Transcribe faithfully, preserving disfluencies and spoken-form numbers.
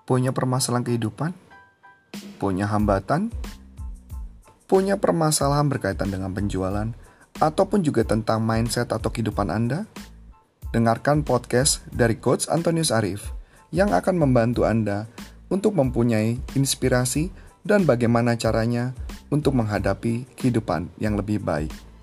Punya permasalahan kehidupan? Punya hambatan? Punya permasalahan berkaitan dengan penjualan? Ataupun juga tentang mindset atau kehidupan Anda? Dengarkan podcast dari Coach Antonius Arif yang akan membantu Anda untuk mempunyai inspirasi dan bagaimana caranya untuk menghadapi kehidupan yang lebih baik.